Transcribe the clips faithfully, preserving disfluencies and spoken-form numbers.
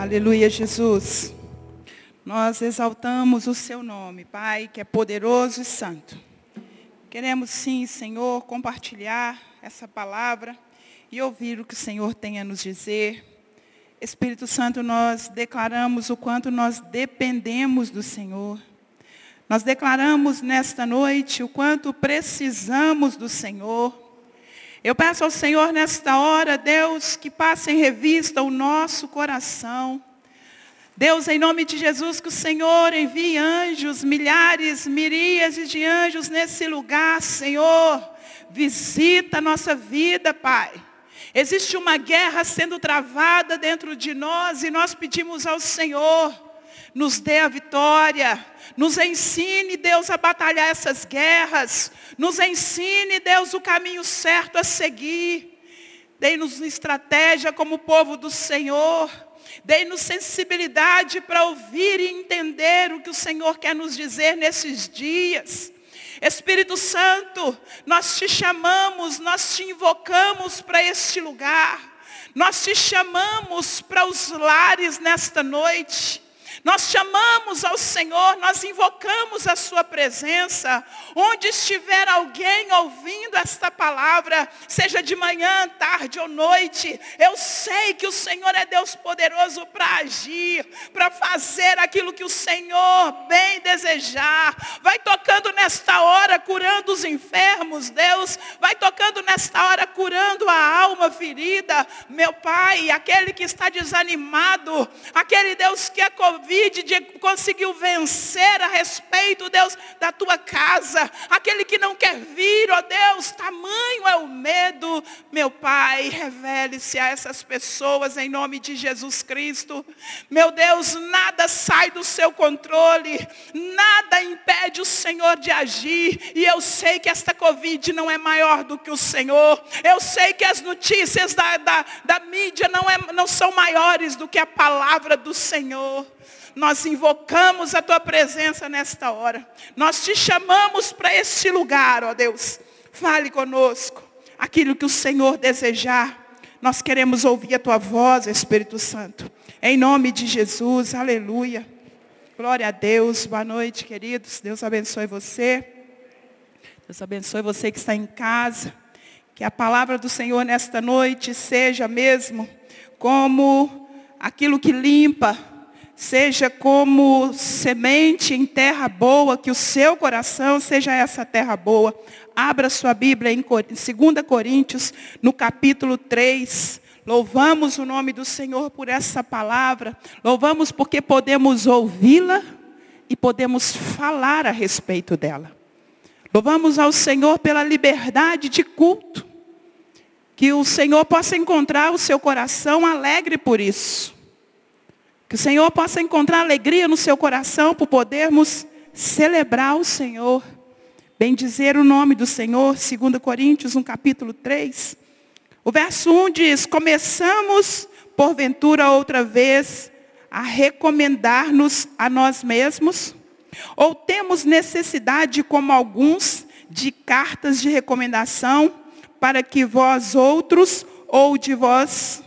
Aleluia, Jesus. Nós exaltamos o seu nome, Pai, que é poderoso e santo. Queremos sim, Senhor, compartilhar essa palavra e ouvir o que o Senhor tem a nos dizer. Espírito Santo, nós declaramos o quanto nós dependemos do Senhor. Nós declaramos nesta noite o quanto precisamos do Senhor. Eu peço ao Senhor nesta hora, Deus, que passe em revista o nosso coração. Deus, em nome de Jesus, que o Senhor envie anjos, milhares, miríades de anjos nesse lugar, Senhor. Visita a nossa vida, Pai. Existe uma guerra sendo travada dentro de nós e nós pedimos ao Senhor, nos dê a vitória. Nos ensine, Deus, a batalhar essas guerras. Nos ensine, Deus, o caminho certo a seguir. Dê-nos estratégia como povo do Senhor. Dê-nos sensibilidade para ouvir e entender o que o Senhor quer nos dizer nesses dias. Espírito Santo, nós te chamamos, nós te invocamos para este lugar. Nós te chamamos para os lares nesta noite. Nós chamamos ao Senhor, nós invocamos a sua presença. Onde estiver alguém ouvindo esta palavra, seja de manhã, tarde ou noite, eu sei que o Senhor é Deus poderoso para agir, para fazer aquilo que o Senhor bem desejar. Vai tocando nesta hora, curando os enfermos, Deus. Vai tocando nesta hora, curando a alma ferida. Meu Pai, aquele que está desanimado, aquele Deus que é Covid, de conseguiu vencer a respeito, Deus, da tua casa, aquele que não quer vir, ó Deus, tamanho é o medo, meu Pai, revele-se a essas pessoas em nome de Jesus Cristo. Meu Deus, nada sai do seu controle, nada impede o Senhor de agir, e eu sei que esta Covid não é maior do que o Senhor, eu sei que as notícias da, da, da mídia não, é, não são maiores do que a palavra do Senhor. Nós invocamos a tua presença nesta hora. Nós te chamamos para este lugar, ó Deus. Fale conosco. Aquilo que o Senhor desejar. Nós queremos ouvir a tua voz, Espírito Santo. Em nome de Jesus, aleluia. Glória a Deus. Boa noite, queridos. Deus abençoe você. Deus abençoe você que está em casa. Que a palavra do Senhor nesta noite seja mesmo como aquilo que limpa. Seja como semente em terra boa, que o seu coração seja essa terra boa. Abra sua Bíblia em dois Coríntios, no capítulo três. Louvamos o nome do Senhor por essa palavra. Louvamos porque podemos ouvi-la e podemos falar a respeito dela. Louvamos ao Senhor pela liberdade de culto. Que o Senhor possa encontrar o seu coração alegre por isso. Que o Senhor possa encontrar alegria no seu coração por podermos celebrar o Senhor. Bendizer o nome do Senhor, dois Coríntios, no capítulo três. O verso um diz, começamos, porventura, outra vez, a recomendar-nos a nós mesmos? Ou temos necessidade, como alguns, de cartas de recomendação, para que vós outros, ou de vós...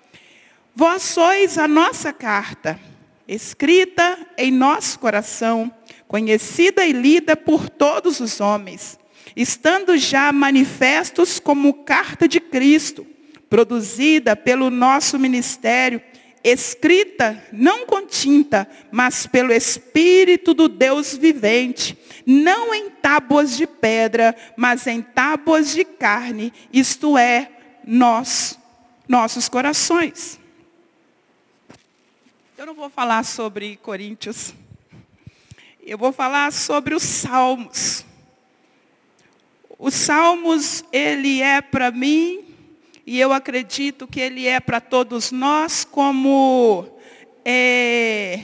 Vós sois a nossa carta, escrita em nosso coração, conhecida e lida por todos os homens, estando já manifestos como carta de Cristo, produzida pelo nosso ministério, escrita não com tinta, mas pelo Espírito do Deus vivente, não em tábuas de pedra, mas em tábuas de carne, isto é, nós, nossos corações. Eu não vou falar sobre Coríntios. Eu vou falar sobre os Salmos. Os Salmos, ele é para mim, e eu acredito que ele é para todos nós, como é,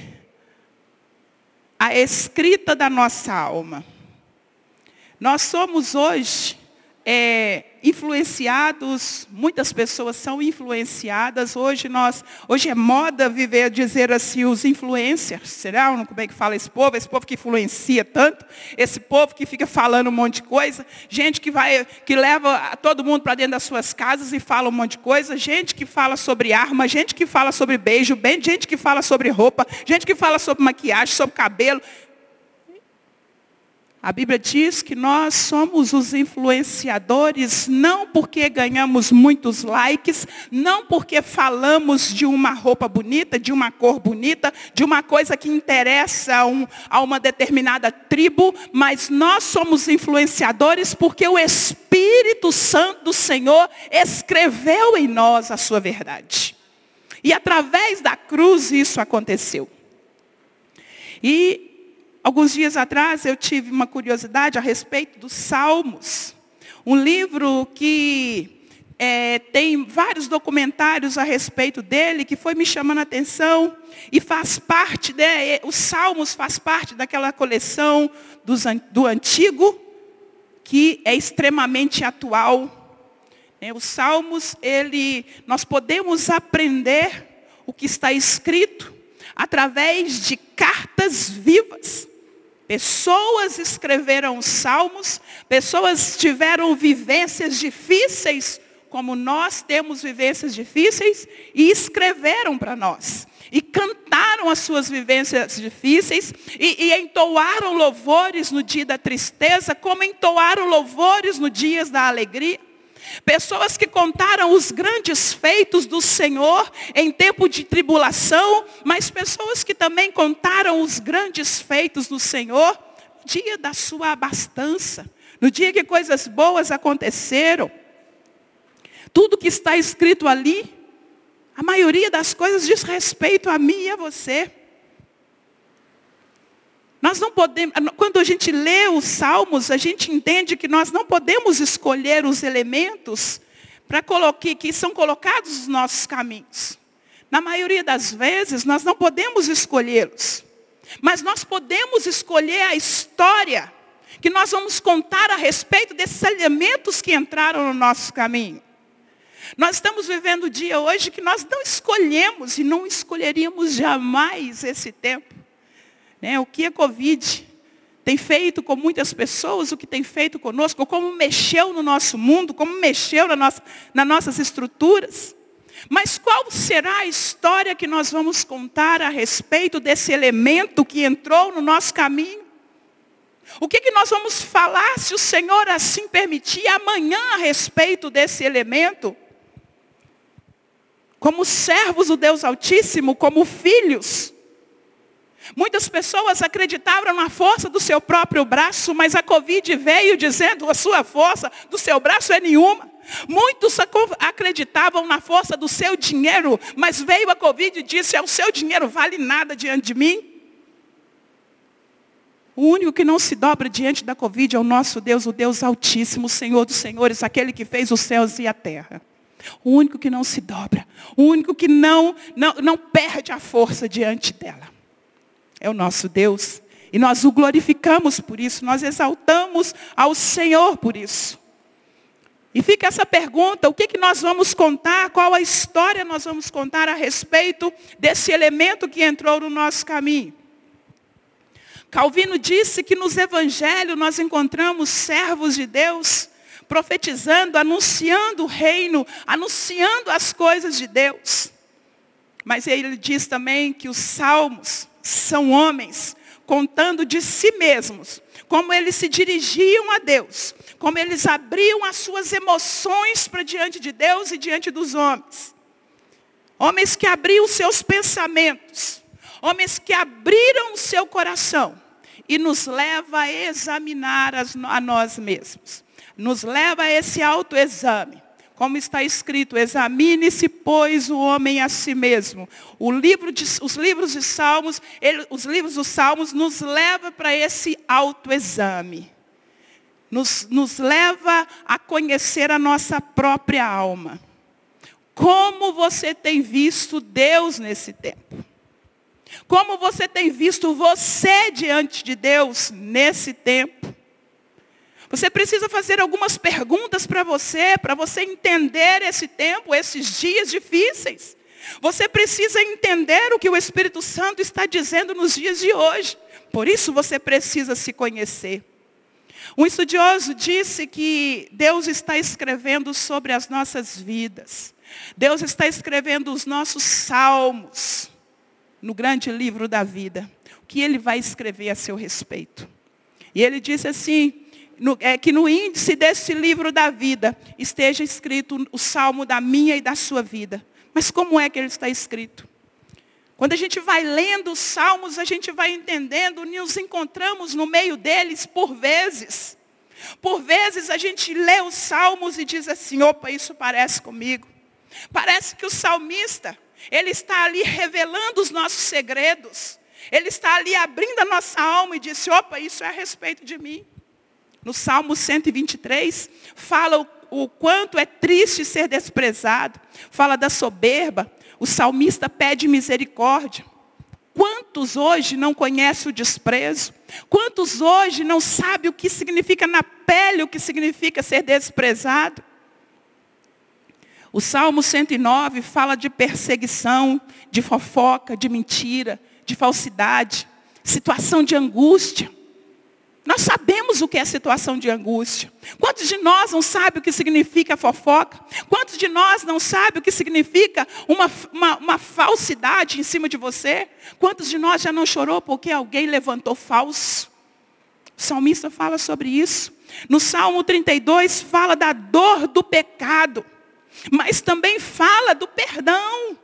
a escrita da nossa alma. Nós somos hoje é, influenciados, muitas pessoas são influenciadas. Hoje, nós, hoje é moda viver, dizer assim, os influencers. Será? Como é que fala esse povo? Esse povo que influencia tanto. Esse povo que fica falando um monte de coisa. Gente que, vai, que leva todo mundo para dentro das suas casas e fala um monte de coisa. Gente que fala sobre arma. Gente que fala sobre beijo. Gente que fala sobre roupa. Gente que fala sobre maquiagem, sobre cabelo. A Bíblia diz que nós somos os influenciadores, não porque ganhamos muitos likes, não porque falamos de uma roupa bonita, de uma cor bonita, de uma coisa que interessa a, um, a uma determinada tribo, mas nós somos influenciadores porque o Espírito Santo do Senhor escreveu em nós a sua verdade. E através da cruz isso aconteceu. E alguns dias atrás eu tive uma curiosidade a respeito dos Salmos. Um livro que é, tem vários documentários a respeito dele, que foi me chamando a atenção. E faz parte, né, os Salmos faz parte daquela coleção dos, do Antigo, que é extremamente atual. É, os Salmos, ele, nós podemos aprender o que está escrito através de cartas vivas. Pessoas escreveram os salmos, pessoas tiveram vivências difíceis, como nós temos vivências difíceis, e escreveram para nós. E cantaram as suas vivências difíceis, e, e entoaram louvores no dia da tristeza, como entoaram louvores no dia da alegria. Pessoas que contaram os grandes feitos do Senhor em tempo de tribulação, mas pessoas que também contaram os grandes feitos do Senhor no dia da sua abastança, no dia que coisas boas aconteceram. Tudo que está escrito ali, a maioria das coisas diz respeito a mim e a você. Nós não podemos, quando a gente lê os Salmos, a gente entende que nós não podemos escolher os elementos para colocar, que são colocados nos nossos caminhos. Na maioria das vezes, nós não podemos escolhê-los. Mas nós podemos escolher a história que nós vamos contar a respeito desses elementos que entraram no nosso caminho. Nós estamos vivendo o dia hoje que nós não escolhemos e não escolheríamos jamais esse tempo. Né? O que a Covid tem feito com muitas pessoas, o que tem feito conosco, como mexeu no nosso mundo, como mexeu na nossa, nas nossas estruturas. Mas qual será a história que nós vamos contar a respeito desse elemento que entrou no nosso caminho? O que, que nós vamos falar, se o Senhor assim permitir, amanhã a respeito desse elemento? Como servos do Deus Altíssimo, como filhos. Muitas pessoas acreditavam na força do seu próprio braço, mas a Covid veio dizendo, a sua força do seu braço é nenhuma. Muitos acreditavam na força do seu dinheiro, mas veio a Covid e disse, o seu dinheiro vale nada diante de mim. O único que não se dobra diante da Covid é o nosso Deus, o Deus Altíssimo, o Senhor dos Senhores, aquele que fez os céus e a terra. O único que não se dobra, o único que não, não, não perde a força diante dela. É o nosso Deus. E nós o glorificamos por isso. Nós exaltamos ao Senhor por isso. E fica essa pergunta. O que, que nós vamos contar? Qual a história nós vamos contar a respeito desse elemento que entrou no nosso caminho? Calvino disse que nos evangelhos nós encontramos servos de Deus profetizando, anunciando o reino, anunciando as coisas de Deus. Mas ele diz também que os salmos são homens contando de si mesmos, como eles se dirigiam a Deus, como eles abriam as suas emoções para diante de Deus e diante dos homens. Homens que abriam seus pensamentos, homens que abriram o seu coração e nos leva a examinar as, a nós mesmos. Nos leva a esse autoexame. Como está escrito, examine-se, pois, o homem a si mesmo. O livro de, os livros de Salmos, ele, os livros dos Salmos nos levam para esse autoexame. Nos, nos leva a conhecer a nossa própria alma. Como você tem visto Deus nesse tempo? Como você tem visto você diante de Deus nesse tempo? Você precisa fazer algumas perguntas para você, para você entender esse tempo, esses dias difíceis. Você precisa entender o que o Espírito Santo está dizendo nos dias de hoje. Por isso você precisa se conhecer. Um estudioso disse que Deus está escrevendo sobre as nossas vidas. Deus está escrevendo os nossos salmos no grande livro da vida. O que Ele vai escrever a seu respeito. E ele disse assim, no, é, que no índice desse livro da vida esteja escrito o salmo da minha e da sua vida. Mas como é que ele está escrito? Quando a gente vai lendo os salmos, a gente vai entendendo, nos encontramos no meio deles por vezes. Por vezes a gente lê os salmos e diz assim, opa, isso parece comigo. Parece que o salmista, ele está ali revelando os nossos segredos. Ele está ali abrindo a nossa alma e disse, opa, isso é a respeito de mim. No Salmo cento e vinte e três, fala o, o quanto é triste ser desprezado. Fala da soberba. O salmista pede misericórdia. Quantos hoje não conhecem o desprezo? Quantos hoje não sabem o que significa na pele, o que significa ser desprezado? O Salmo cento e nove fala de perseguição, de fofoca, de mentira, de falsidade, situação de angústia. Nós sabemos o que é situação de angústia. Quantos de nós não sabem o que significa fofoca? Quantos de nós não sabem o que significa uma, uma, uma falsidade em cima de você? Quantos de nós já não chorou porque alguém levantou falso? O salmista fala sobre isso. No Salmo trinta e dois fala da dor do pecado, mas também fala do perdão.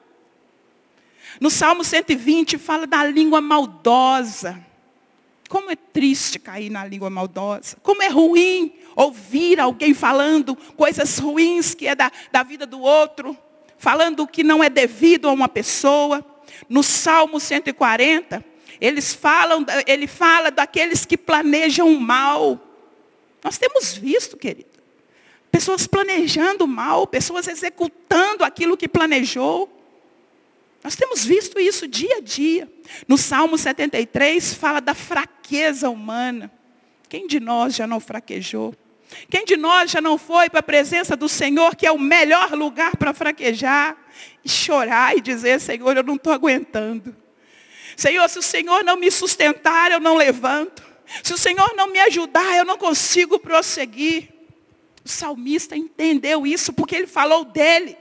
No Salmo cento e vinte fala da língua maldosa. Como é triste cair na língua maldosa. Como é ruim ouvir alguém falando coisas ruins que é da, da vida do outro. Falando o que não é devido a uma pessoa. No Salmo cento e quarenta, eles falam, ele fala daqueles que planejam o mal. Nós temos visto, querido, pessoas planejando mal, pessoas executando aquilo que planejou. Nós temos visto isso dia a dia. No Salmo setenta e três fala da fraqueza humana. Quem de nós já não fraquejou? Quem de nós já não foi para a presença do Senhor, que é o melhor lugar para fraquejar, e chorar e dizer, Senhor, eu não estou aguentando. Senhor, se o Senhor não me sustentar, eu não levanto. Se o Senhor não me ajudar, eu não consigo prosseguir. O salmista entendeu isso porque ele falou dele.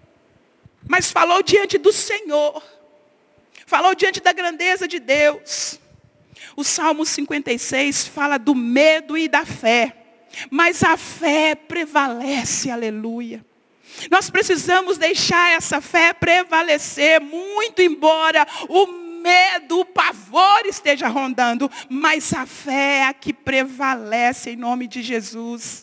Mas falou diante do Senhor. Falou diante da grandeza de Deus. O Salmo cinquenta e seis fala do medo e da fé. Mas a fé prevalece, aleluia. Nós precisamos deixar essa fé prevalecer, muito embora o medo, o pavor esteja rondando. Mas a fé é a que prevalece em nome de Jesus.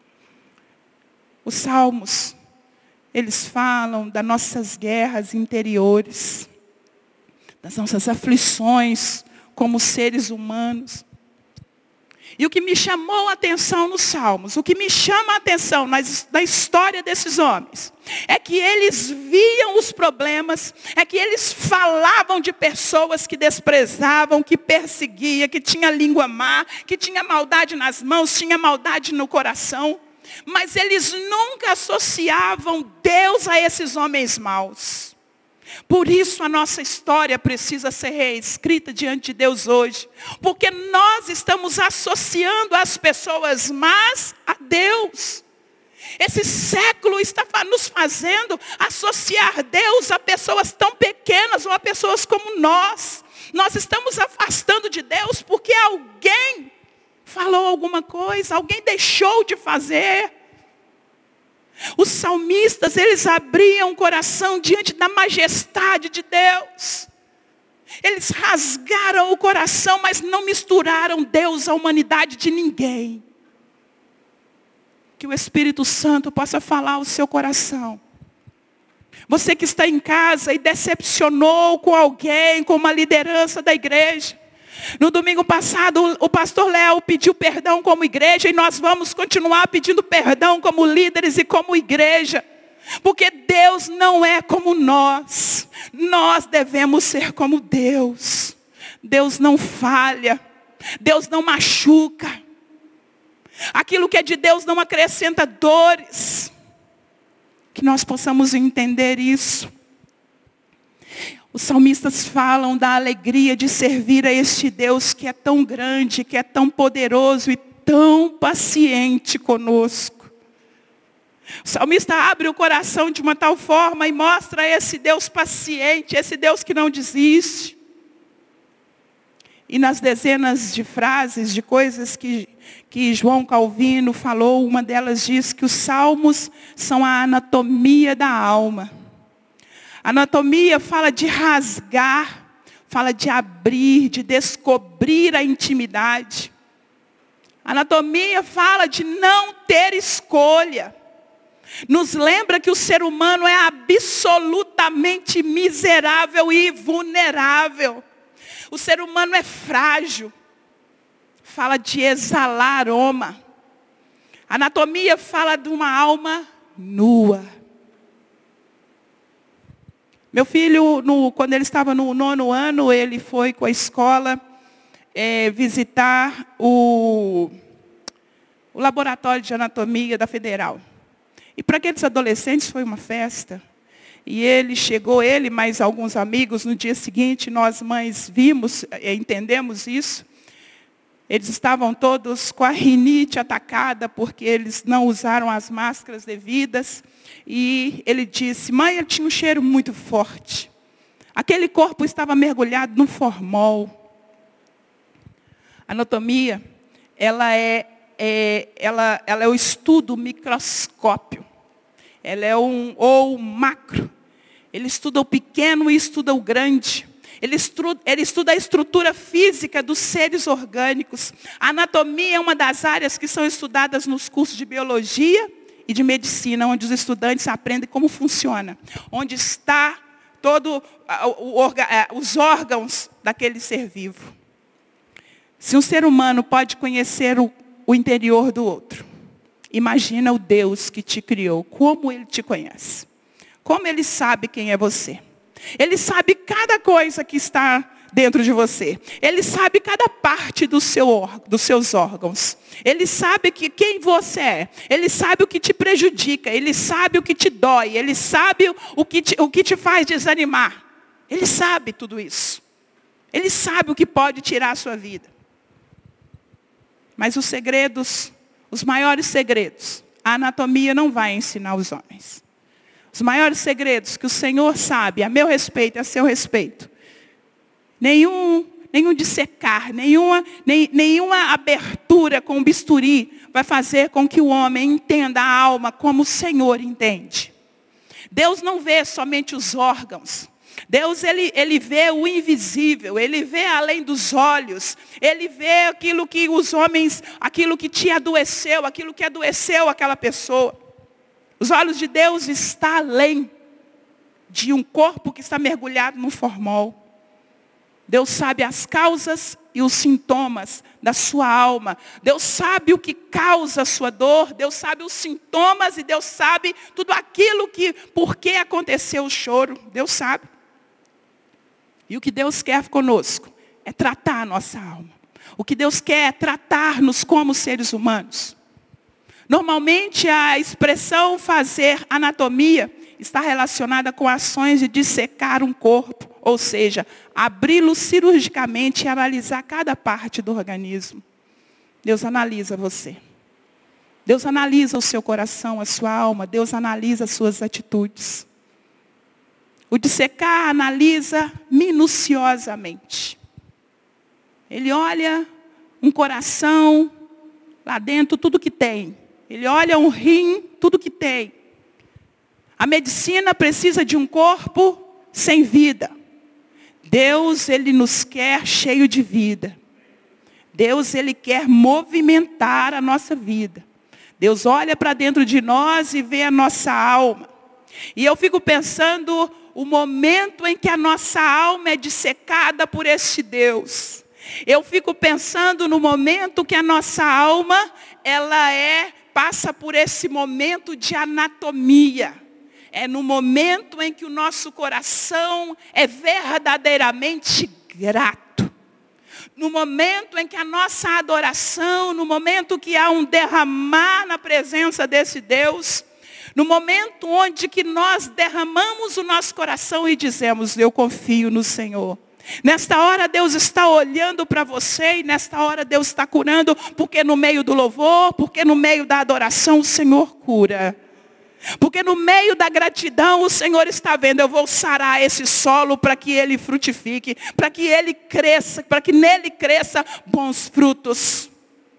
Os salmos, eles falam das nossas guerras interiores, das nossas aflições como seres humanos. E o que me chamou a atenção nos Salmos, o que me chama a atenção nas, na história desses homens, é que eles viam os problemas, é que eles falavam de pessoas que desprezavam, que perseguiam, que tinha língua má, que tinha maldade nas mãos, tinha maldade no coração. Mas eles nunca associavam Deus a esses homens maus. Por isso a nossa história precisa ser reescrita diante de Deus hoje. Porque nós estamos associando as pessoas más a Deus. Esse século está nos fazendo associar Deus a pessoas tão pequenas ou a pessoas como nós. Nós estamos afastando de Deus porque alguém falou alguma coisa, alguém deixou de fazer. Os salmistas, eles abriam o coração diante da majestade de Deus. Eles rasgaram o coração, mas não misturaram Deus à humanidade de ninguém. Que o Espírito Santo possa falar ao seu coração. Você que está em casa e decepcionou com alguém, com uma liderança da igreja. No domingo passado, o pastor Léo pediu perdão como igreja e nós vamos continuar pedindo perdão como líderes e como igreja. Porque Deus não é como nós. Nós devemos ser como Deus. Deus não falha. Deus não machuca. Aquilo que é de Deus não acrescenta dores. Que nós possamos entender isso. Os salmistas falam da alegria de servir a este Deus que é tão grande, que é tão poderoso e tão paciente conosco. O salmista abre o coração de uma tal forma e mostra esse Deus paciente, esse Deus que não desiste. E nas dezenas de frases, de coisas que, que João Calvino falou, uma delas diz que os salmos são a anatomia da alma. Anatomia fala de rasgar, fala de abrir, de descobrir a intimidade. Anatomia fala de não ter escolha. Nos lembra que o ser humano é absolutamente miserável e vulnerável. O ser humano é frágil. Fala de exalar aroma. Anatomia fala de uma alma nua. Meu filho, no, quando ele estava no nono ano, ele foi com a escola é, visitar o, o laboratório de anatomia da Federal. E para aqueles adolescentes foi uma festa. E ele chegou, ele mais alguns amigos, no dia seguinte, nós mães vimos, entendemos isso. Eles estavam todos com a rinite atacada, porque eles não usaram as máscaras devidas. E ele disse, mãe, ele tinha um cheiro muito forte. Aquele corpo estava mergulhado no formol. A anatomia, ela é, é, ela, ela é o estudo microscópio. Ela é um, ou macro. Ele estuda o pequeno e estuda o grande. Ele estuda, ele estuda a estrutura física dos seres orgânicos. A anatomia é uma das áreas que são estudadas nos cursos de biologia e de medicina, onde os estudantes aprendem como funciona. Onde está todo o, o, os órgãos daquele ser vivo. Se um ser humano pode conhecer o, o interior do outro, imagina o Deus que te criou, como Ele te conhece. Como Ele sabe quem é você. Ele sabe cada coisa que está dentro de você. Ele sabe cada parte do seu, dos seus órgãos. Ele sabe que quem você é. Ele sabe o que te prejudica. Ele sabe o que te dói. Ele sabe o que te, o que te faz desanimar. Ele sabe tudo isso. Ele sabe o que pode tirar a sua vida. Mas os segredos, os maiores segredos, a anatomia não vai ensinar os homens. Os maiores segredos que o Senhor sabe, a meu respeito e a seu respeito. Nenhum, nenhum dissecar, nenhuma, nem, nenhuma abertura com bisturi vai fazer com que o homem entenda a alma como o Senhor entende. Deus não vê somente os órgãos. Deus, ele, ele vê o invisível, Ele vê além dos olhos. Ele vê aquilo que os homens, aquilo que te adoeceu, aquilo que adoeceu aquela pessoa. Os olhos de Deus estão além de um corpo que está mergulhado no formol. Deus sabe as causas e os sintomas da sua alma. Deus sabe o que causa a sua dor. Deus sabe os sintomas e Deus sabe tudo aquilo que, por que aconteceu o choro. Deus sabe. E o que Deus quer conosco é tratar a nossa alma. O que Deus quer é tratar-nos como seres humanos. Normalmente a expressão fazer anatomia está relacionada com ações de dissecar um corpo, ou seja, abri-lo cirurgicamente e analisar cada parte do organismo. Deus analisa você. Deus analisa o seu coração, a sua alma. Deus analisa as suas atitudes. O dissecar analisa minuciosamente. Ele olha um coração, lá dentro tudo que tem. Ele olha um rim, tudo que tem. A medicina precisa de um corpo sem vida. Deus, Ele nos quer cheio de vida. Deus, Ele quer movimentar a nossa vida. Deus olha para dentro de nós e vê a nossa alma. E eu fico pensando o momento em que a nossa alma é dissecada por este Deus. Eu fico pensando no momento que a nossa alma, ela é, passa por esse momento de anatomia. É no momento em que o nosso coração é verdadeiramente grato. No momento em que a nossa adoração, no momento que há um derramar na presença desse Deus, no momento onde que nós derramamos o nosso coração e dizemos, eu confio no Senhor. Nesta hora Deus está olhando para você e nesta hora Deus está curando, porque no meio do louvor, porque no meio da adoração o Senhor cura. Porque no meio da gratidão o Senhor está vendo, eu vou sarar esse solo para que ele frutifique, para que ele cresça, para que nele cresça bons frutos.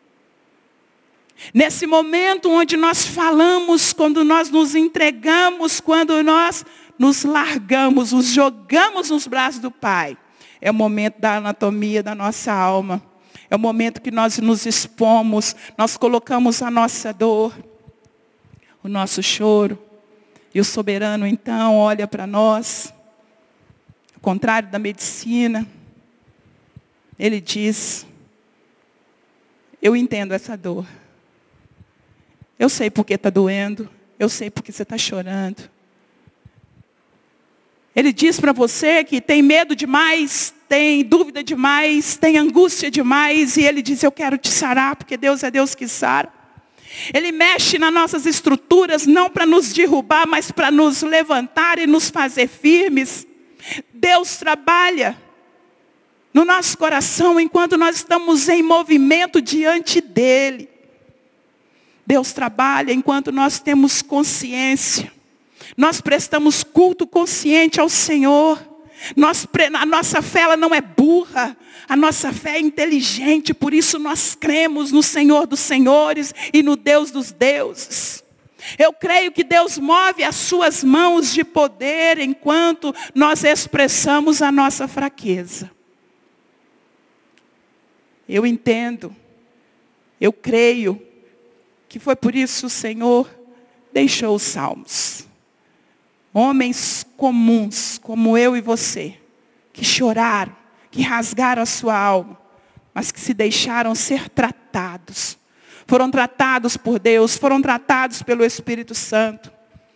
Nesse momento onde nós falamos, quando nós nos entregamos, quando nós nos largamos, nos jogamos nos braços do Pai, é o momento da anatomia da nossa alma. É o momento que nós nos expomos, nós colocamos a nossa dor, o nosso choro. E o soberano então olha para nós, ao contrário da medicina, ele diz, eu entendo essa dor. Eu sei porque está doendo, eu sei porque você está chorando. Ele diz para você que tem medo demais, tem dúvida demais, tem angústia demais. E ele diz, eu quero te sarar, porque Deus é Deus que sara. Ele mexe nas nossas estruturas, não para nos derrubar, mas para nos levantar e nos fazer firmes. Deus trabalha no nosso coração enquanto nós estamos em movimento diante dEle. Deus trabalha enquanto nós temos consciência. Nós prestamos culto consciente ao Senhor. Nós, a nossa fé ela não é burra. A nossa fé é inteligente. Por isso nós cremos no Senhor dos Senhores e no Deus dos deuses. Eu creio que Deus move as suas mãos de poder enquanto nós expressamos a nossa fraqueza. Eu entendo. Eu creio que foi por isso o Senhor deixou os salmos. Homens comuns, como eu e você, que choraram, que rasgaram a sua alma, mas que se deixaram ser tratados. Foram tratados por Deus, foram tratados pelo Espírito Santo.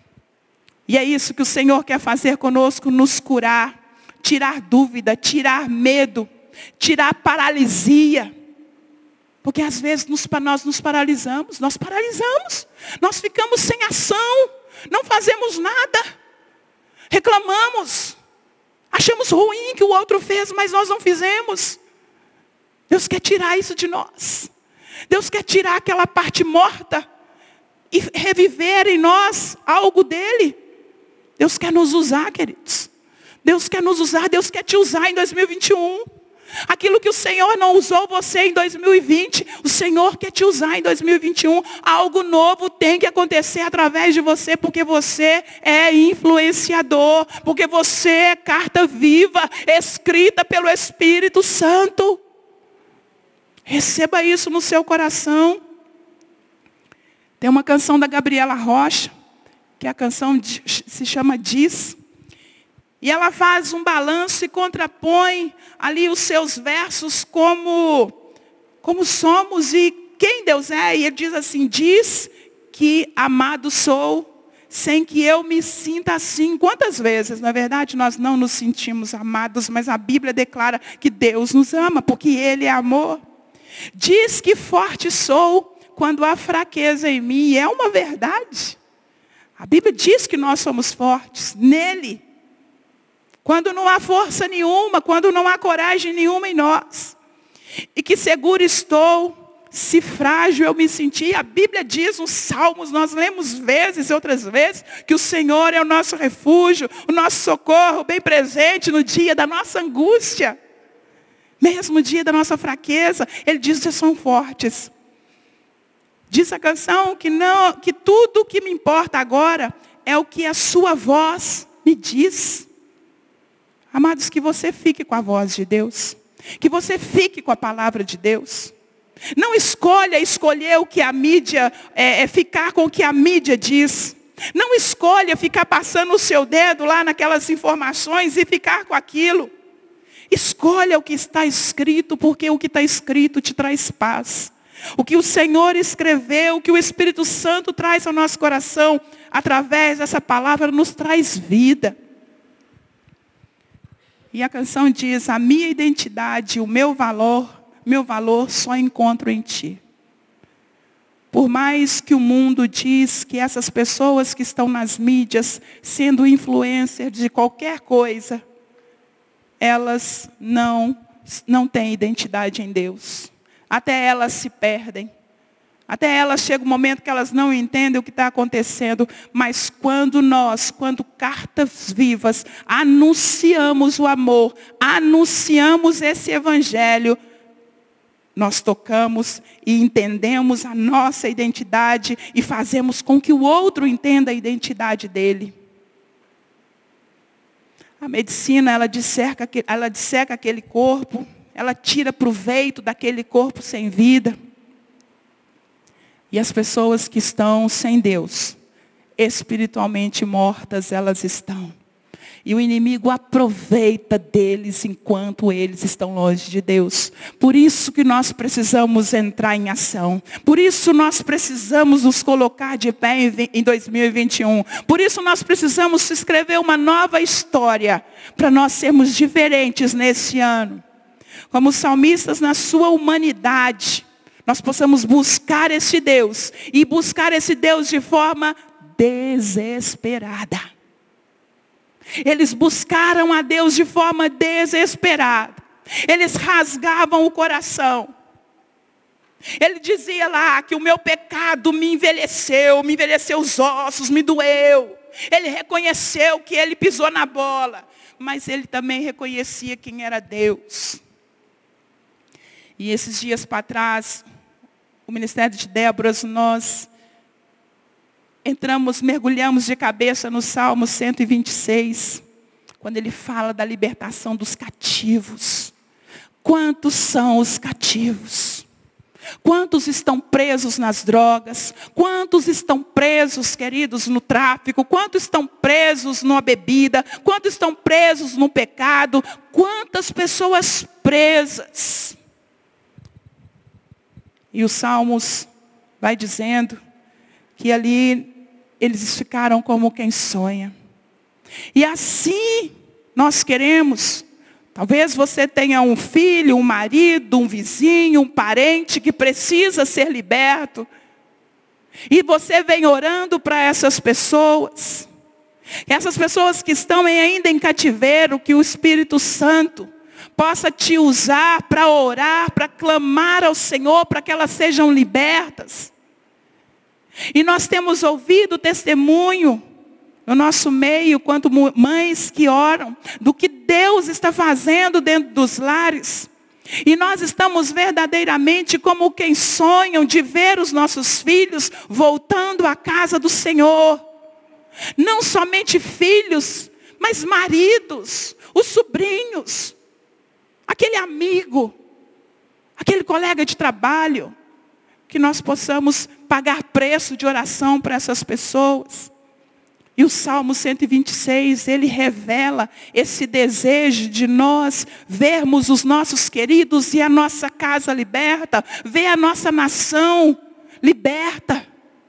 E é isso que o Senhor quer fazer conosco, nos curar, tirar dúvida, tirar medo, tirar paralisia. Porque às vezes nos, nós nos paralisamos, nós paralisamos, nós ficamos sem ação, não fazemos nada, reclamamos, achamos ruim que o outro fez, mas nós não fizemos. Deus quer tirar isso de nós, Deus quer tirar aquela parte morta e reviver em nós algo dele. Deus quer nos usar, queridos, Deus quer nos usar, Deus quer te usar em dois mil e vinte e um. Aquilo que o Senhor não usou você em dois mil e vinte, o Senhor quer te usar em dois mil e vinte e um. Algo novo tem que acontecer através de você, porque você é influenciador, porque você é carta viva, escrita pelo Espírito Santo. Receba isso no seu coração. Tem uma canção da Gabriela Rocha, que a canção se chama Diz. E ela faz um balanço e contrapõe ali os seus versos como, como somos e quem Deus é. E ele diz assim, diz que amado sou, sem que eu me sinta assim. Quantas vezes, na verdade, nós não nos sentimos amados, mas a Bíblia declara que Deus nos ama, porque Ele é amor. Diz que forte sou quando há fraqueza em mim. E é uma verdade. A Bíblia diz que nós somos fortes nele. Quando não há força nenhuma, quando não há coragem nenhuma em nós. E que seguro estou, se frágil eu me senti. A Bíblia diz nos Salmos, nós lemos vezes e outras vezes, que o Senhor é o nosso refúgio, o nosso socorro bem presente no dia da nossa angústia. Mesmo no dia da nossa fraqueza, Ele diz que são fortes. Diz a canção que, não, que tudo o que me importa agora é o que a sua voz me diz. Amados, que você fique com a voz de Deus. Que você fique com a palavra de Deus. Não escolha escolher o que a mídia, é, é ficar com o que a mídia diz. Não escolha ficar passando o seu dedo lá naquelas informações e ficar com aquilo. Escolha o que está escrito, porque o que está escrito te traz paz. O que o Senhor escreveu, o que o Espírito Santo traz ao nosso coração, através dessa palavra, nos traz vida. E a canção diz, a minha identidade, o meu valor, meu valor só encontro em ti. Por mais que o mundo diz que essas pessoas que estão nas mídias, sendo influencers de qualquer coisa, elas não, não têm identidade em Deus. Até elas se perdem. Até elas chega um momento que elas não entendem o que está acontecendo. Mas quando nós, quando cartas vivas, anunciamos o amor, anunciamos esse evangelho, nós tocamos e entendemos a nossa identidade e fazemos com que o outro entenda a identidade dele. A medicina, ela disseca, ela disseca aquele corpo, ela tira proveito daquele corpo sem vida. E as pessoas que estão sem Deus, espiritualmente mortas, elas estão. E o inimigo aproveita deles enquanto eles estão longe de Deus. Por isso que nós precisamos entrar em ação. Por isso nós precisamos nos colocar de pé em dois mil e vinte e um. Por isso nós precisamos escrever uma nova história para nós sermos diferentes nesse ano. Como salmistas na sua humanidade, nós possamos buscar esse Deus. E buscar esse Deus de forma desesperada. Eles buscaram a Deus de forma desesperada. Eles rasgavam o coração. Ele dizia lá que o meu pecado me envelheceu, me envelheceu os ossos, me doeu. Ele reconheceu que ele pisou na bola. Mas ele também reconhecia quem era Deus. E esses dias para trás, o Ministério de Déboras, nós entramos, mergulhamos de cabeça no Salmo cento e vinte e seis, quando ele fala da libertação dos cativos. Quantos são os cativos? Quantos estão presos nas drogas? Quantos estão presos, queridos, no tráfico? Quantos estão presos numa bebida? Quantos estão presos no pecado? Quantas pessoas presas? E os Salmos vai dizendo que ali eles ficaram como quem sonha. E assim nós queremos. Talvez você tenha um filho, um marido, um vizinho, um parente que precisa ser liberto. E você vem orando para essas pessoas. Essas pessoas que estão ainda em cativeiro, que o Espírito Santo possa te usar para orar, para clamar ao Senhor, para que elas sejam libertas. E nós temos ouvido testemunho no nosso meio, quanto mães que oram, do que Deus está fazendo dentro dos lares. E nós estamos verdadeiramente como quem sonham de ver os nossos filhos voltando à casa do Senhor. Não somente filhos, mas maridos, os sobrinhos, aquele amigo, aquele colega de trabalho, que nós possamos pagar preço de oração para essas pessoas. E o Salmo cento e vinte e seis, ele revela esse desejo de nós vermos os nossos queridos e a nossa casa liberta, ver a nossa nação liberta.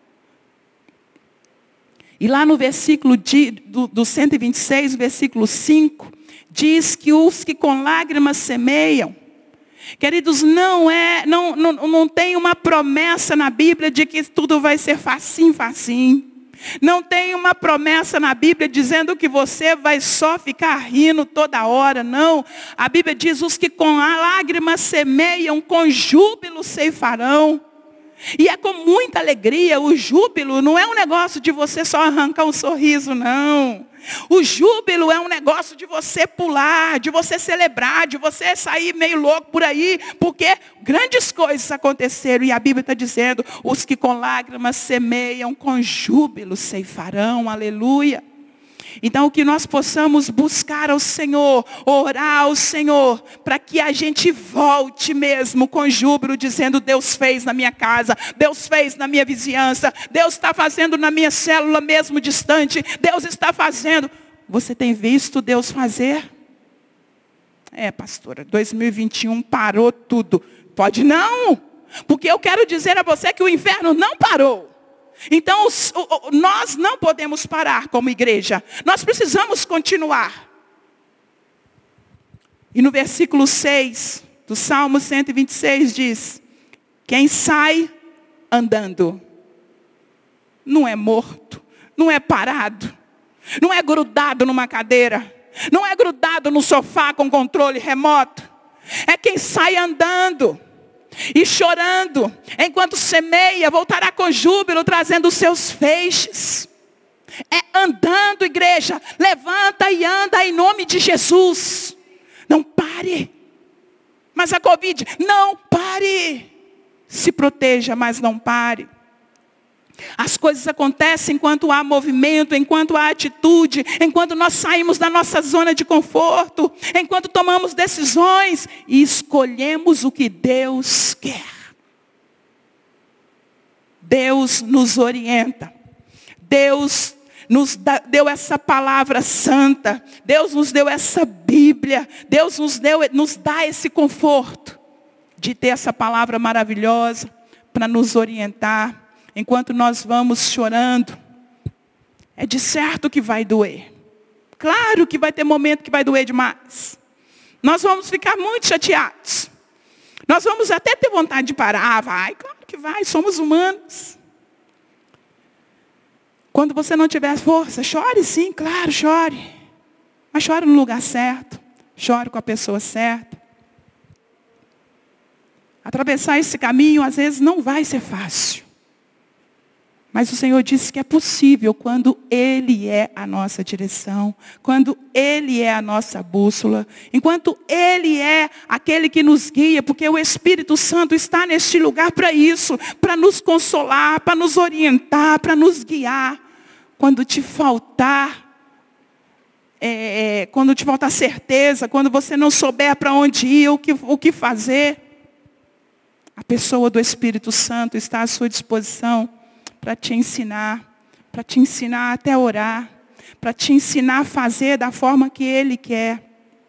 E lá no versículo de, do, do cento e vinte e seis, versículo cinco, diz que os que com lágrimas semeiam, queridos, não, é, não, não, não tem uma promessa na Bíblia de que tudo vai ser facinho, facinho. Não tem uma promessa na Bíblia dizendo que você vai só ficar rindo toda hora, não. A Bíblia diz, os que com lágrimas semeiam, com júbilo ceifarão. E é com muita alegria. O júbilo não é um negócio de você só arrancar um sorriso, não. O júbilo é um negócio de você pular, de você celebrar, de você sair meio louco por aí, porque grandes coisas aconteceram. E a Bíblia está dizendo, os que com lágrimas semeiam, com júbilo ceifarão, aleluia. Então que nós possamos buscar ao Senhor, orar ao Senhor, para que a gente volte mesmo com júbilo, dizendo, Deus fez na minha casa, Deus fez na minha vizinhança, Deus está fazendo na minha célula mesmo distante, Deus está fazendo. Você tem visto Deus fazer? É, pastora, dois mil e vinte e um parou tudo. Pode não, porque eu quero dizer a você que o inferno não parou. Então, nós não podemos parar como igreja. Nós precisamos continuar. E no versículo seis do Salmo cento e vinte e seis diz: quem sai andando não é morto, não é parado, não é grudado numa cadeira, não é grudado no sofá com controle remoto. É quem sai andando e chorando, enquanto semeia, voltará com júbilo, trazendo os seus feixes. É andando, igreja. Levanta e anda em nome de Jesus. Não pare. Mas a Covid, não pare. Se proteja, mas não pare. As coisas acontecem enquanto há movimento, enquanto há atitude, enquanto nós saímos da nossa zona de conforto, enquanto tomamos decisões e escolhemos o que Deus quer. Deus nos orienta. Deus nos dá, deu essa palavra santa. Deus nos deu essa Bíblia. Deus nos, deu, nos dá esse conforto de ter essa palavra maravilhosa para nos orientar. Enquanto nós vamos chorando, é de certo que vai doer. Claro que vai ter momento que vai doer demais. Nós vamos ficar muito chateados. Nós vamos até ter vontade de parar. Vai, claro que vai, somos humanos. Quando você não tiver força, chore sim, claro, chore. Mas chore no lugar certo. Chore com a pessoa certa. Atravessar esse caminho, às vezes, não vai ser fácil. Mas o Senhor disse que é possível quando Ele é a nossa direção, quando Ele é a nossa bússola, enquanto Ele é aquele que nos guia, porque o Espírito Santo está neste lugar para isso, para nos consolar, para nos orientar, para nos guiar. Quando te faltar, é, quando te faltar certeza, quando você não souber para onde ir, o que, o que fazer, a pessoa do Espírito Santo está à sua disposição, para te ensinar, para te ensinar até orar, para te ensinar a fazer da forma que Ele quer.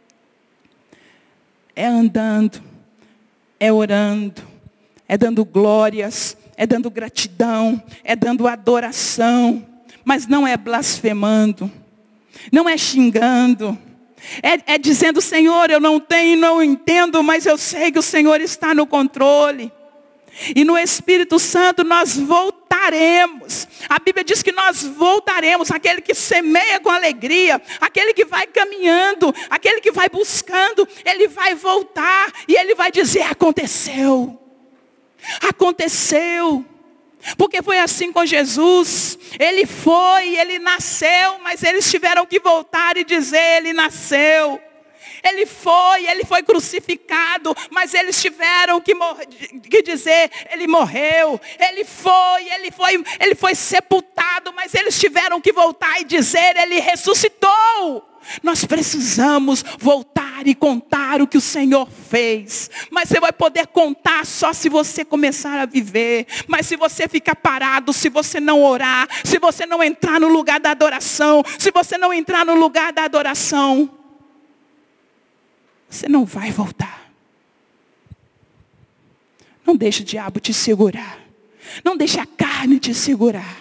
É andando, é orando, é dando glórias, é dando gratidão, é dando adoração, mas não é blasfemando, não é xingando, é, é dizendo: Senhor, eu não tenho, não entendo, mas eu sei que o Senhor está no controle. E no Espírito Santo nós voltaremos. A Bíblia diz que nós voltaremos. Aquele que semeia com alegria, aquele que vai caminhando, aquele que vai buscando, ele vai voltar e ele vai dizer: aconteceu. Aconteceu. Porque foi assim com Jesus. Ele foi, ele nasceu, mas eles tiveram que voltar e dizer: ele nasceu. Ele foi, ele foi crucificado, mas eles tiveram que, morrer, que dizer: ele morreu. Ele foi, ele foi, ele foi sepultado, mas eles tiveram que voltar e dizer: ele ressuscitou. Nós precisamos voltar e contar o que o Senhor fez. Mas você vai poder contar só se você começar a viver. Mas se você ficar parado, se você não orar, se você não entrar no lugar da adoração, se você não entrar no lugar da adoração, você não vai voltar. Não deixe o diabo te segurar. Não deixe a carne te segurar.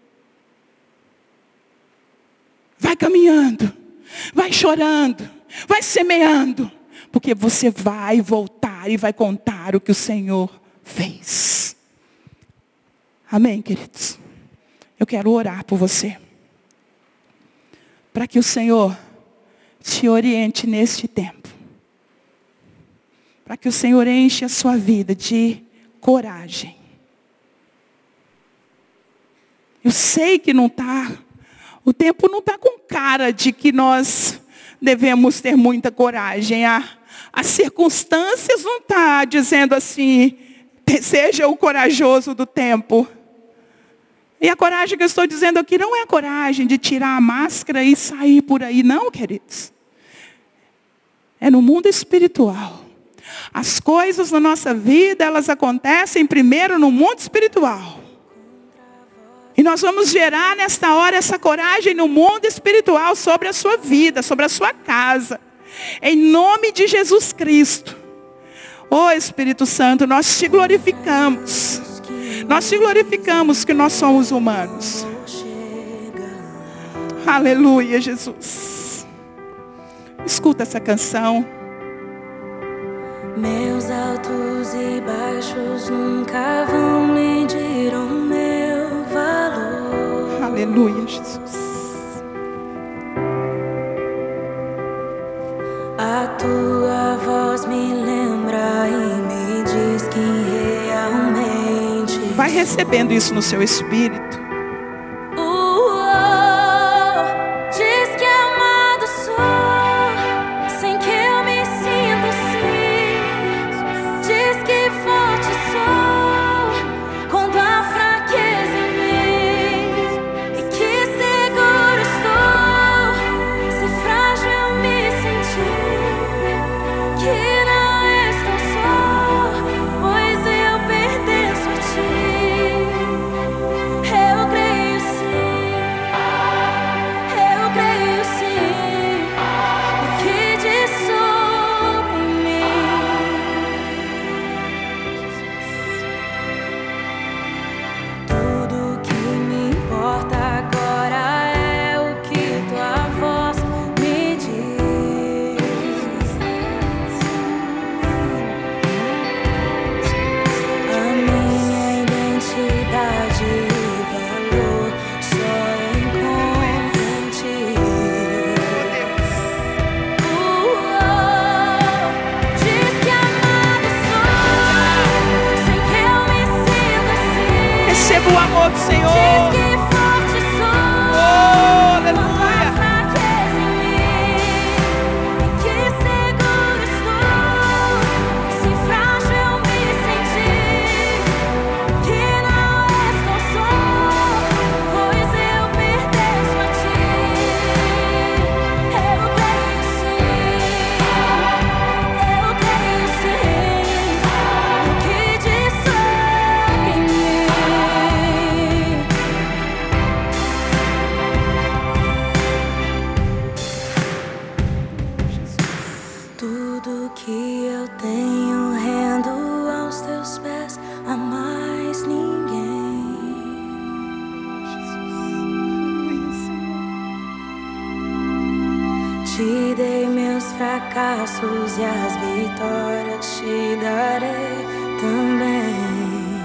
Vai caminhando. Vai chorando. Vai semeando. Porque você vai voltar e vai contar o que o Senhor fez. Amém, queridos? Eu quero orar por você. Para que o Senhor te oriente neste tempo. Para que o Senhor enche a sua vida de coragem. Eu sei que não está, o tempo não está com cara de que nós devemos ter muita coragem. A, as circunstâncias não estão dizendo assim: seja o corajoso do tempo. E a coragem que eu estou dizendo aqui não é a coragem de tirar a máscara e sair por aí, não, queridos. É no mundo espiritual. As coisas na nossa vida, elas acontecem primeiro no mundo espiritual. E nós vamos gerar nesta hora essa coragem no mundo espiritual sobre a sua vida, sobre a sua casa. Em nome de Jesus Cristo. Ó Espírito Santo, nós te glorificamos. Nós te glorificamos que nós somos humanos. Aleluia, Jesus. Escuta essa canção. Meus altos e baixos nunca vão medir o meu valor. Aleluia, Jesus. A tua voz me lembra e me diz que realmente vai recebendo isso no seu espírito. O amor do Senhor. Oh, aleluia. Tudo que eu tenho rendo aos teus pés, a mais ninguém. Te dei meus fracassos e as vitórias te darei também.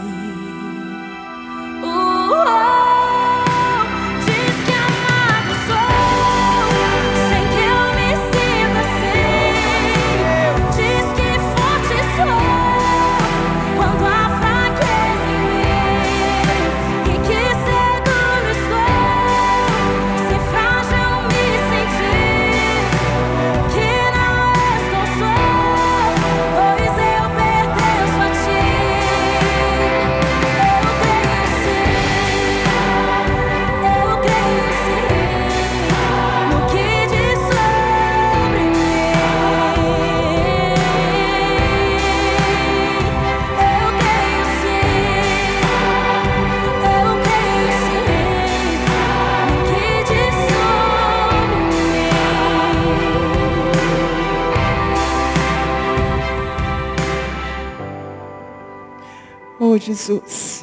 Oh, Jesus,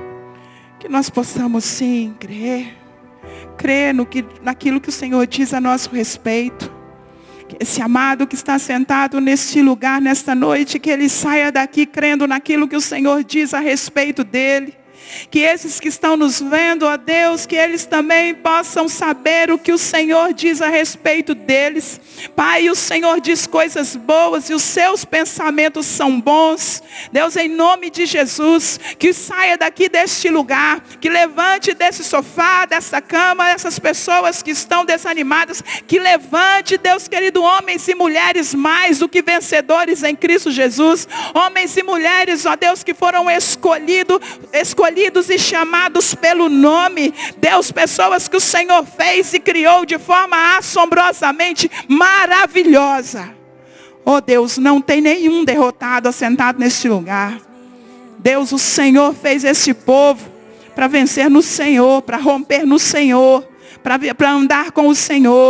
que nós possamos sim crer, crer no que, naquilo que o Senhor diz a nosso respeito. Que esse amado que está sentado neste lugar, nesta noite, que ele saia daqui crendo naquilo que o Senhor diz a respeito dele. Que esses que estão nos vendo, ó Deus, que eles também possam saber o que o Senhor diz a respeito deles. Pai, o Senhor diz coisas boas e os seus pensamentos são bons. Deus, em nome de Jesus, que saia daqui deste lugar, que levante desse sofá, dessa cama, essas pessoas que estão desanimadas, que levante, Deus querido, homens e mulheres mais do que vencedores em Cristo Jesus. Homens e mulheres, ó Deus, que foram escolhidos, escolhidos e chamados pelo nome. Deus, pessoas que o Senhor fez e criou de forma assombrosamente maravilhosa. Oh Deus, não tem nenhum derrotado assentado neste lugar. Deus, o Senhor fez este povo para vencer no Senhor, para romper no Senhor, para andar com o Senhor.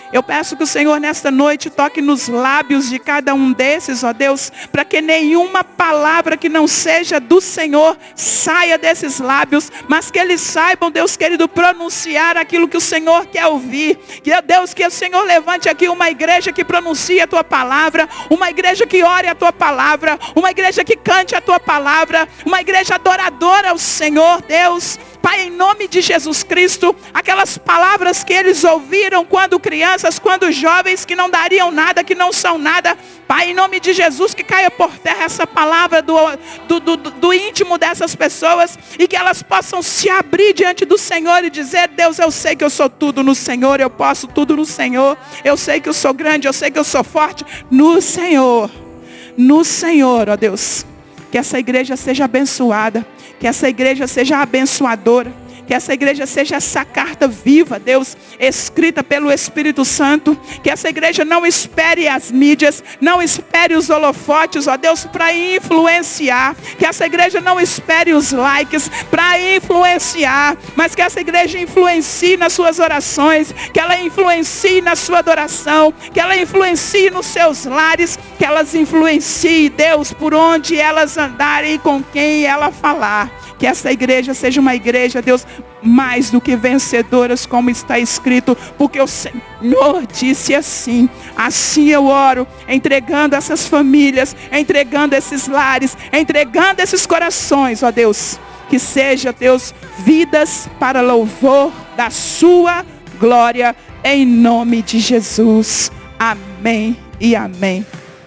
Eu peço que o Senhor nesta noite toque nos lábios de cada um desses, ó Deus, para que nenhuma palavra que não seja do Senhor saia desses lábios, mas que eles saibam, Deus querido, pronunciar aquilo que o Senhor quer ouvir. Que, ó Deus, que o Senhor levante aqui uma igreja que pronuncie a tua palavra, uma igreja que ore a tua palavra, uma igreja que cante a tua palavra, uma igreja adoradora ao Senhor, Deus. Pai, em nome de Jesus Cristo, aquelas palavras que eles ouviram quando crianças, quando jovens, que não dariam nada, que não são nada, Pai, em nome de Jesus, que caia por terra essa palavra do, do, do, do íntimo dessas pessoas, e que elas possam se abrir diante do Senhor e dizer: Deus, eu sei que eu sou tudo no Senhor, eu posso tudo no Senhor, eu sei que eu sou grande, eu sei que eu sou forte no Senhor, no Senhor, ó Deus. Que essa igreja seja abençoada, que essa igreja seja abençoadora, que essa igreja seja essa carta viva, Deus, escrita pelo Espírito Santo. Que essa igreja não espere as mídias, não espere os holofotes, ó Deus, para influenciar. Que essa igreja não espere os likes para influenciar, mas que essa igreja influencie nas suas orações, que ela influencie na sua adoração, que ela influencie nos seus lares, que elas influenciem, Deus, por onde elas andarem e com quem ela falar. Que essa igreja seja uma igreja, Deus, mais do que vencedoras, como está escrito, porque o Senhor disse assim. Assim eu oro, entregando essas famílias, entregando esses lares, entregando esses corações, ó Deus. Que seja, Deus, vidas para louvor da sua glória, em nome de Jesus. Amém e amém.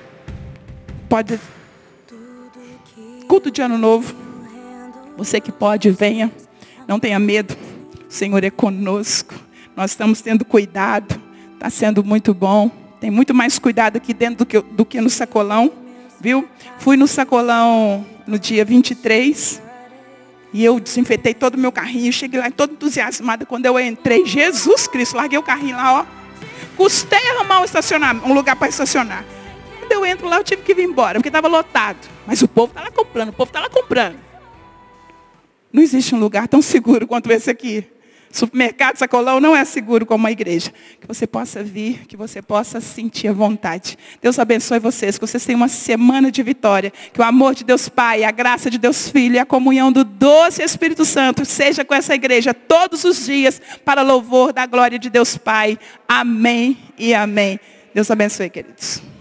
Pode. Culto de ano novo. Você que pode, venha. Não tenha medo. O Senhor é conosco. Nós estamos tendo cuidado. Está sendo muito bom. Tem muito mais cuidado aqui dentro do que, do que no sacolão. Viu? Fui no sacolão no dia vinte e três. E eu desinfetei todo o meu carrinho. Cheguei lá toda entusiasmada. Quando eu entrei, Jesus Cristo, larguei o carrinho lá, ó. Custei arrumar um, estacionamento, um lugar para estacionar. Quando eu entro lá, eu tive que vir embora, porque estava lotado. Mas o povo está lá comprando, o povo está lá comprando. Não existe um lugar tão seguro quanto esse aqui. Supermercado, sacolão não é seguro como a igreja. Que você possa vir, que você possa sentir a vontade. Deus abençoe vocês, que vocês tenham uma semana de vitória. Que o amor de Deus Pai, a graça de Deus Filho e a comunhão do doce Espírito Santo seja com essa igreja todos os dias, para louvor da glória de Deus Pai. Amém e amém. Deus abençoe, queridos.